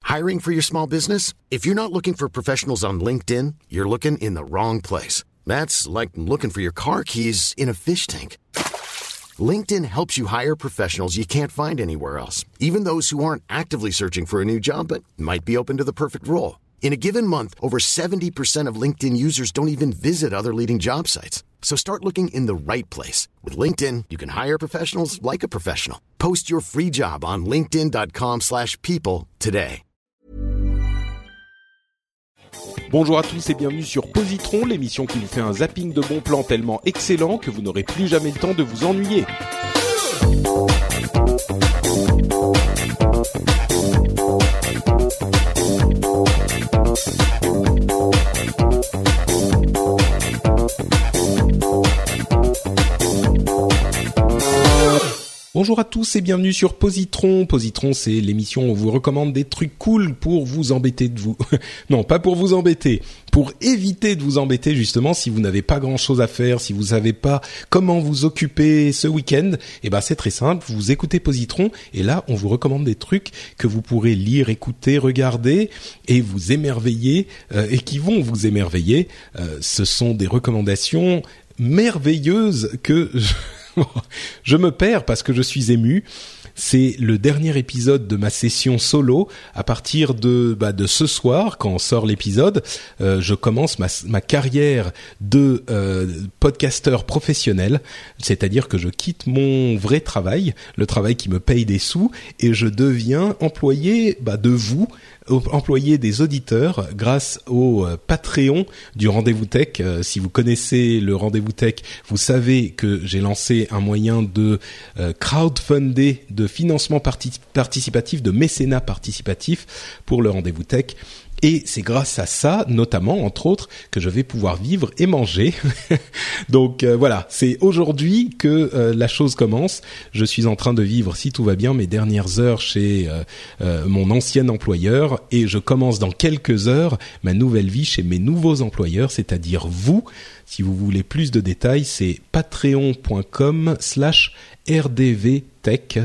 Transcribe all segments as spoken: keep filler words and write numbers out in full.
Hiring for your small business? If you're not looking for professionals on LinkedIn, you're looking in the wrong place. That's like looking for your car keys in a fish tank. LinkedIn helps you hire professionals you can't find anywhere else, even those who aren't actively searching for a new job but might be open to the perfect role. In a given month, over seventy percent of LinkedIn users don't even visit other leading job sites. So start looking in the right place. With LinkedIn, you can hire professionals like a professional. Post your free job on linkedin.com slash people today. Bonjour à tous et bienvenue sur Positron, l'émission qui vous fait un zapping de bons plans tellement excellent que vous n'aurez plus jamais le temps de vous ennuyer. Bonjour à tous et bienvenue sur Positron. Positron, c'est l'émission où on vous recommande des trucs cool pour vous embêter de vous. Non, pas pour vous embêter, pour éviter de vous embêter justement si vous n'avez pas grand-chose à faire, si vous savez pas comment vous occuper ce week-end. Eh ben c'est très simple, vous écoutez Positron et là on vous recommande des trucs que vous pourrez lire, écouter, regarder et vous émerveiller euh, et qui vont vous émerveiller. Euh, ce sont des recommandations merveilleuses que je... Je me perds parce que je suis ému. C'est le dernier épisode de ma session solo. À partir de bah, de ce soir, quand sort l'épisode, euh, je commence ma, ma carrière de euh, podcasteur professionnel. C'est-à-dire que je quitte mon vrai travail, le travail qui me paye des sous, et je deviens employé bah, de vous, employé des auditeurs grâce au euh, Patreon du Rendez-vous Tech. Euh, si vous connaissez le Rendez-vous Tech, vous savez que j'ai lancé un moyen de euh, crowdfunder, de financement partic- participatif, de mécénat participatif pour le Rendez-vous Tech. Et c'est grâce à ça, notamment, entre autres, que je vais pouvoir vivre et manger. Donc euh, voilà, c'est aujourd'hui que euh, la chose commence. Je suis en train de vivre, si tout va bien, mes dernières heures chez euh, euh, mon ancien employeur. Et je commence dans quelques heures ma nouvelle vie chez mes nouveaux employeurs, c'est-à-dire vous. Si vous voulez plus de détails, c'est patreon.com slash rdvtech,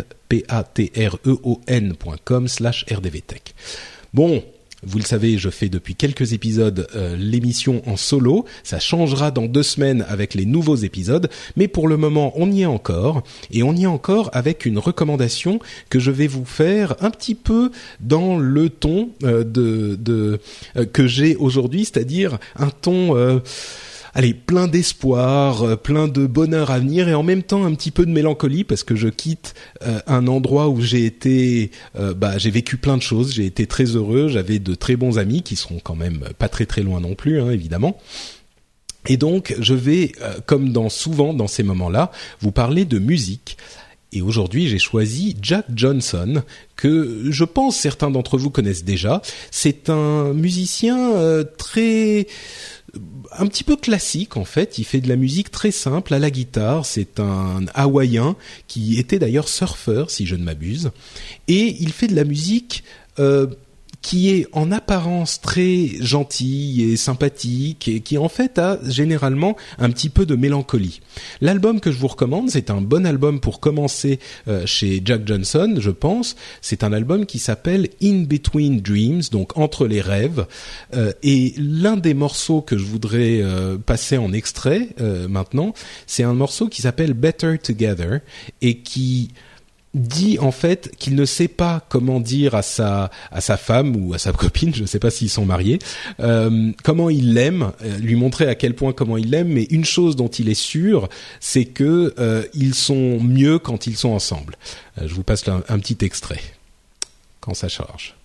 p-a-t-r-e-o-n.com slash rdvtech. Bon... Vous le savez, je fais depuis quelques épisodes euh, l'émission en solo. Ça changera dans deux semaines avec les nouveaux épisodes. Mais pour le moment, on y est encore. Et on y est encore avec une recommandation que je vais vous faire un petit peu dans le ton euh, de, de euh, que j'ai aujourd'hui. C'est-à-dire un ton... Euh, Allez, plein d'espoir, plein de bonheur à venir et en même temps un petit peu de mélancolie parce que je quitte euh, un endroit où j'ai été, euh, bah j'ai vécu plein de choses, j'ai été très heureux, j'avais de très bons amis qui seront quand même pas très très loin non plus, hein, évidemment. Et donc je vais, euh, comme dans souvent dans ces moments-là, vous parler de musique. Et aujourd'hui, j'ai choisi Jack Johnson, que je pense certains d'entre vous connaissent déjà. C'est un musicien euh, très... un petit peu classique en fait, il fait de la musique très simple à la guitare, c'est un Hawaïen qui était d'ailleurs surfeur si je ne m'abuse, et il fait de la musique euh, qui est en apparence très gentille et sympathique et qui en fait a généralement un petit peu de mélancolie. L'album que je vous recommande, c'est un bon album pour commencer euh, chez Jack Johnson, je pense. C'est un album qui s'appelle In Between Dreams, donc Entre les rêves. Euh, et l'un des morceaux que je voudrais euh, passer en extrait euh, maintenant, c'est un morceau qui s'appelle Better Together et qui... dit en fait qu'il ne sait pas comment dire à sa à sa femme ou à sa copine, je ne sais pas s'ils sont mariés, euh, comment il l'aime, euh, lui montrer à quel point comment il l'aime, mais une chose dont il est sûr, c'est que euh, ils sont mieux quand ils sont ensemble. Euh, je vous passe là un, un petit extrait quand ça charge.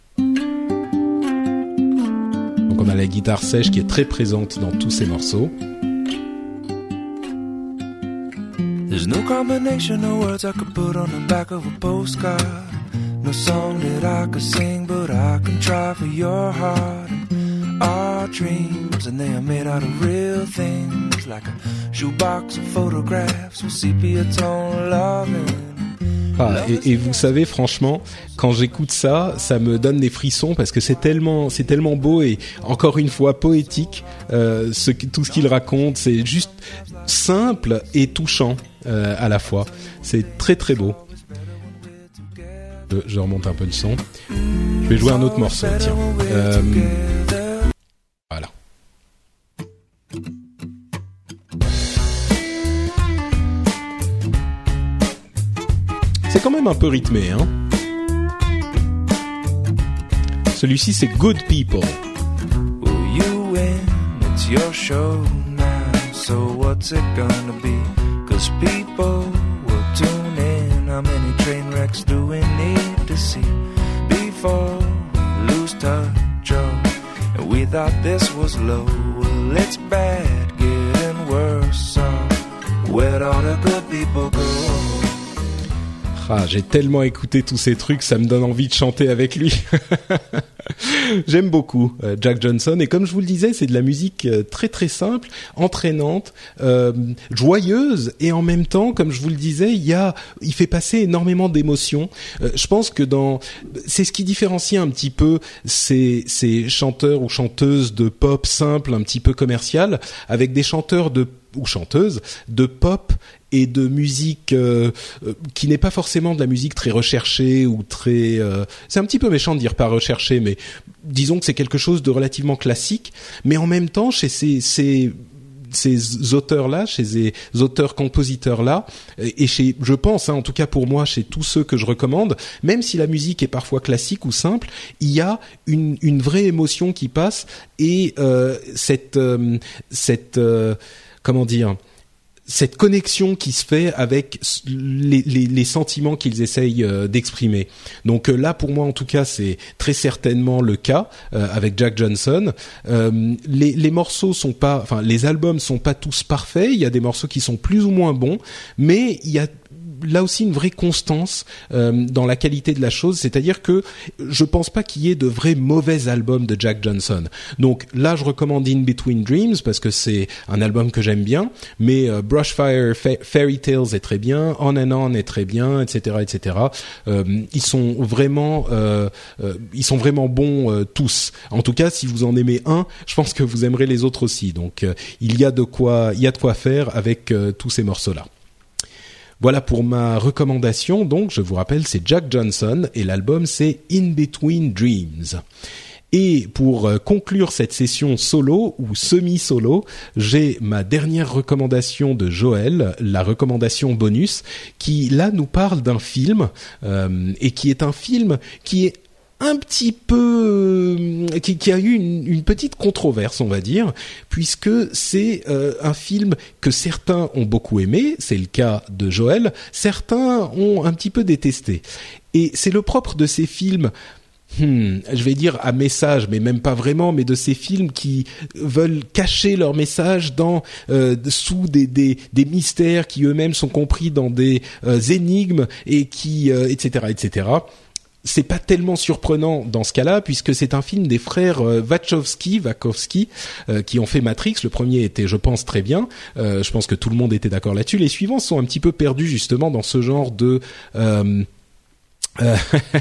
Donc on a la guitare sèche qui est très présente dans tous ces morceaux. There's no combination of words I could put on the back of a postcard. No song that I could sing, but I can try for your heart. And our dreams, and they are made out of real things, like a shoebox of photographs with sepia tone loving. Ah, et, et vous savez, franchement, quand j'écoute ça, ça me donne des frissons parce que c'est tellement, c'est tellement beau et encore une fois poétique. Euh, ce, tout ce qu'il raconte, c'est juste simple et touchant euh, à la fois. C'est très très beau. Je, je remonte un peu le son. Je vais jouer un autre morceau, tiens. Euh, voilà. C'est quand même un peu rythmé, hein. Celui-ci, c'est Good People. Well, you win, it's your show now, so what's it gonna be? 'Cause people will tune in. How many train wrecks do we need to see before we lose touch? Oh, and we thought this was low. Well, it's bad, getting worse. So where'd all the good people go? Ah, j'ai tellement écouté tous ces trucs, ça me donne envie de chanter avec lui. J'aime beaucoup euh, Jack Johnson, et comme je vous le disais, c'est de la musique euh, très très simple, entraînante, euh, joyeuse, et en même temps, comme je vous le disais, il y a, il fait passer énormément d'émotions. Euh, je pense que dans, c'est ce qui différencie un petit peu ces ces chanteurs ou chanteuses de pop simple, un petit peu commercial, avec des chanteurs de ou chanteuses de pop et de musique euh, euh, qui n'est pas forcément de la musique très recherchée ou très... Euh, c'est un petit peu méchant de dire pas recherché, mais disons que c'est quelque chose de relativement classique. Mais en même temps, chez ces... ces ces auteurs-là, chez ces auteurs-compositeurs-là, et chez, je pense, hein, en tout cas pour moi, chez tous ceux que je recommande, même si la musique est parfois classique ou simple, il y a une, une vraie émotion qui passe, et euh, cette, euh, cette, euh, comment dire, cette connexion qui se fait avec les, les, les sentiments qu'ils essayent euh, d'exprimer. Donc euh, là, pour moi, en tout cas, c'est très certainement le cas euh, avec Jack Johnson. Euh, les, les morceaux sont pas, enfin, les albums sont pas tous parfaits. Il y a des morceaux qui sont plus ou moins bons, mais il y a là aussi une vraie constance euh, dans la qualité de la chose, c'est-à-dire que je pense pas qu'il y ait de vrais mauvais albums de Jack Johnson. Donc là, je recommande In Between Dreams parce que c'est un album que j'aime bien, mais euh, Brushfire Fa- Fairy Tales est très bien, On and On est très bien, et cetera, et cetera. Euh, ils sont vraiment, euh, euh, ils sont vraiment bons euh, tous. En tout cas, si vous en aimez un, je pense que vous aimerez les autres aussi. Donc euh, il y a de quoi, il y a de quoi faire avec euh, tous ces morceaux-là. Voilà pour ma recommandation. Donc, je vous rappelle, c'est Jack Johnson et l'album, c'est In Between Dreams. Et pour conclure cette session solo ou semi-solo, j'ai ma dernière recommandation de Joël, la recommandation bonus, qui là nous parle d'un film euh, et qui est un film qui est un petit peu euh, qui, qui a eu une, une petite controverse, on va dire, puisque c'est euh, un film que certains ont beaucoup aimé, c'est le cas de Joël, certains ont un petit peu détesté. Et c'est le propre de ces films, hmm, je vais dire à message, mais même pas vraiment, mais de ces films qui veulent cacher leur message dans euh, sous des, des des mystères qui eux-mêmes sont compris dans des euh, énigmes et qui euh, et cetera et cetera. C'est pas tellement surprenant dans ce cas-là, puisque c'est un film des frères euh, Wachowski, Wachowski euh, qui ont fait Matrix. Le premier était, je pense, très bien. Euh, je pense que tout le monde était d'accord là-dessus. Les suivants sont un petit peu perdus justement dans ce genre de euh, euh,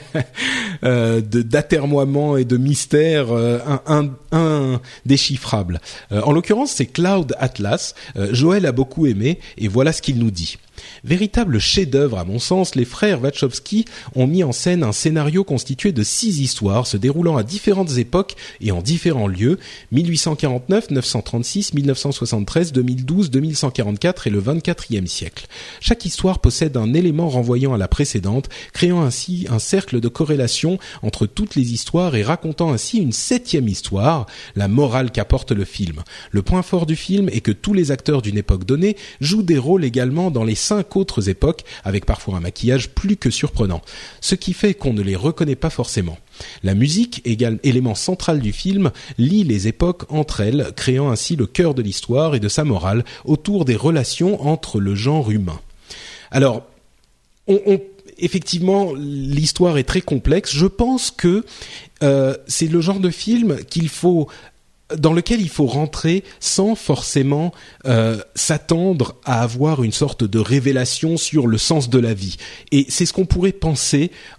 euh, de d'atermoiement et de mystère euh, un, un, indéchiffrable. Euh, en l'occurrence, c'est Cloud Atlas. Euh, Joël a beaucoup aimé, et voilà ce qu'il nous dit. Véritable chef-d'œuvre à mon sens, les frères Wachowski ont mis en scène un scénario constitué de six histoires se déroulant à différentes époques et en différents lieux, mille huit cent quarante-neuf, neuf cent trente-six, mille neuf cent soixante-treize, deux mille douze, deux mille cent quarante-quatre et le vingt-quatrième siècle. Chaque histoire possède un élément renvoyant à la précédente, créant ainsi un cercle de corrélation entre toutes les histoires et racontant ainsi une septième histoire, la morale qu'apporte le film. Le point fort du film est que tous les acteurs d'une époque donnée jouent des rôles également dans les cinq autres époques, avec parfois un maquillage plus que surprenant, ce qui fait qu'on ne les reconnaît pas forcément. La musique, égal, élément central du film, lie les époques entre elles, créant ainsi le cœur de l'histoire et de sa morale autour des relations entre le genre humain. Alors, on, on effectivement, l'histoire est très complexe. Je pense que euh, c'est le genre de film qu'il faut dans lequel il faut rentrer sans forcément euh, s'attendre à avoir une sorte de révélation sur le sens de la vie. Et c'est ce qu'on pourrait penser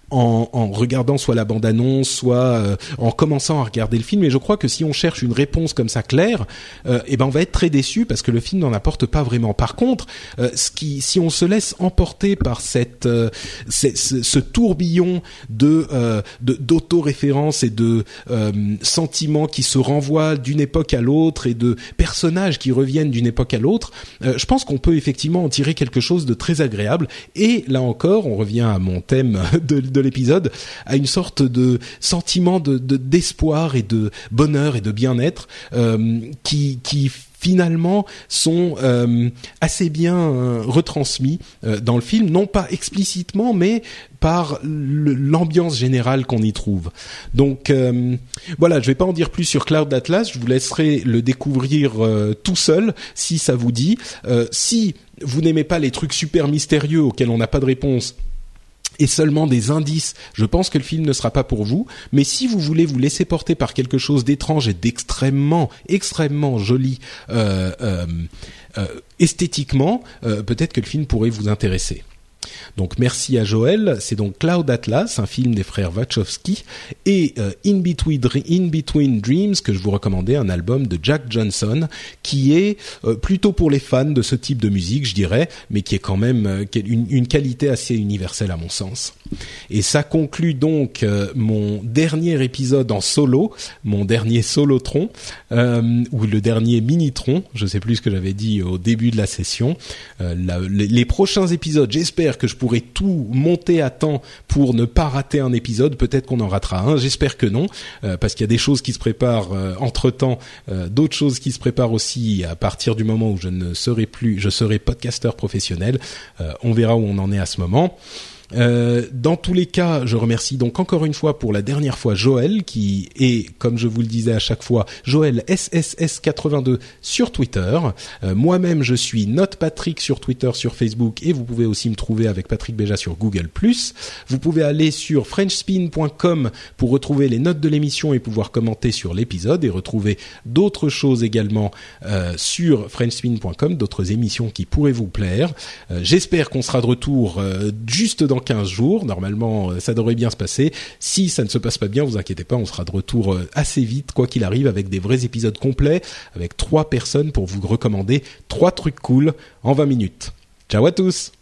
en, en regardant soit la bande-annonce, soit euh, en commençant à regarder le film. Et je crois que si on cherche une réponse comme ça claire, euh, eh ben on va être très déçu parce que le film n'en apporte pas vraiment. Par contre, euh, ce qui, si on se laisse emporter par cette, euh, ce, ce tourbillon de, euh, de d'autoréférence et de euh, sentiments qui se renvoient d'une époque à l'autre et de personnages qui reviennent d'une époque à l'autre, euh, je pense qu'on peut effectivement en tirer quelque chose de très agréable. Et là encore, on revient à mon thème de, de l'épisode, à une sorte de sentiment de, de d'espoir et de bonheur et de bien-être euh, qui qui finalement sont euh, assez bien euh, retransmis euh, dans le film, non pas explicitement, mais par le, l'ambiance générale qu'on y trouve. Donc euh, voilà, je vais pas en dire plus sur Cloud Atlas, je vous laisserai le découvrir euh, tout seul si ça vous dit. Euh, si vous n'aimez pas les trucs super mystérieux auxquels on n'a pas de réponse, et seulement des indices, je pense que le film ne sera pas pour vous. Mais si vous voulez vous laisser porter par quelque chose d'étrange et d'extrêmement, extrêmement joli euh, euh, euh, esthétiquement, euh, peut-être que le film pourrait vous intéresser. Donc merci à Joël. C'est donc Cloud Atlas, un film des frères Wachowski, et euh, In Between, In Between Dreams, que je vous recommandais, un album de Jack Johnson, qui est euh, plutôt pour les fans de ce type de musique, je dirais, mais qui est quand même euh, une, une qualité assez universelle à mon sens. Et ça conclut donc euh, mon dernier épisode en solo, mon dernier solotron, euh, ou le dernier minitron, je sais plus ce que j'avais dit au début de la session. Euh, la, les, les prochains épisodes, j'espère que je pourrai tout monter à temps pour ne pas rater un épisode. Peut-être qu'on en ratera un, j'espère que non, euh, parce qu'il y a des choses qui se préparent euh, entre-temps, euh, d'autres choses qui se préparent aussi à partir du moment où je ne serai plus, je serai podcasteur professionnel. Euh, on verra où on en est à ce moment. Euh, dans tous les cas, je remercie donc encore une fois pour la dernière fois Joël, qui est, comme je vous le disais à chaque fois, Joël S S S quatre-vingt-deux sur Twitter. Euh, moi-même, je suis NotePatrick sur Twitter, sur Facebook, et vous pouvez aussi me trouver avec Patrick Béja sur Google plus. Vous pouvez aller sur frenchspin point com pour retrouver les notes de l'émission et pouvoir commenter sur l'épisode, et retrouver d'autres choses également euh, sur frenchspin point com, d'autres émissions qui pourraient vous plaire. Euh, j'espère qu'on sera de retour euh, juste dans quinze jours, normalement ça devrait bien se passer. Si ça ne se passe pas bien, vous inquiétez pas, on sera de retour assez vite, quoi qu'il arrive, avec des vrais épisodes complets, avec trois personnes pour vous recommander trois trucs cool en vingt minutes. Ciao à tous.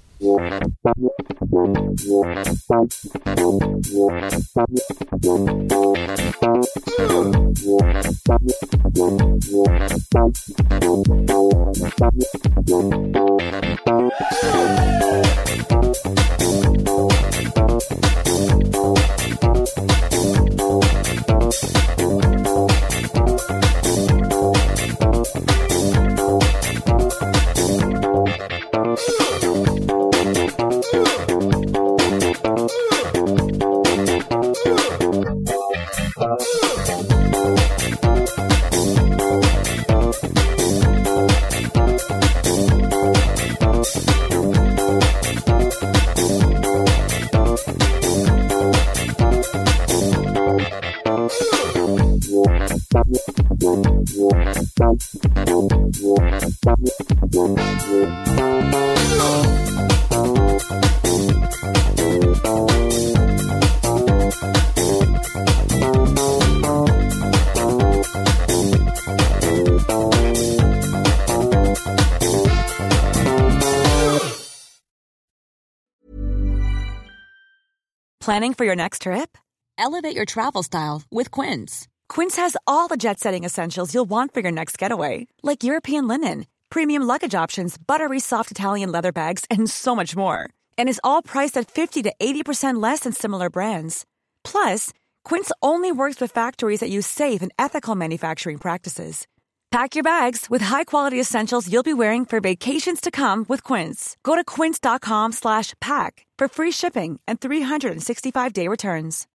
Planning for your next trip? Elevate your travel style with Quince. Quince has all the jet-setting essentials you'll want for your next getaway, like European linen, premium luggage options, buttery soft Italian leather bags, and so much more. And is all priced at fifty to eighty percent less than similar brands. Plus, Quince only works with factories that use safe and ethical manufacturing practices. Pack your bags with high-quality essentials you'll be wearing for vacations to come with Quince. Go to quince dot com slash pack for free shipping and three sixty-five day returns.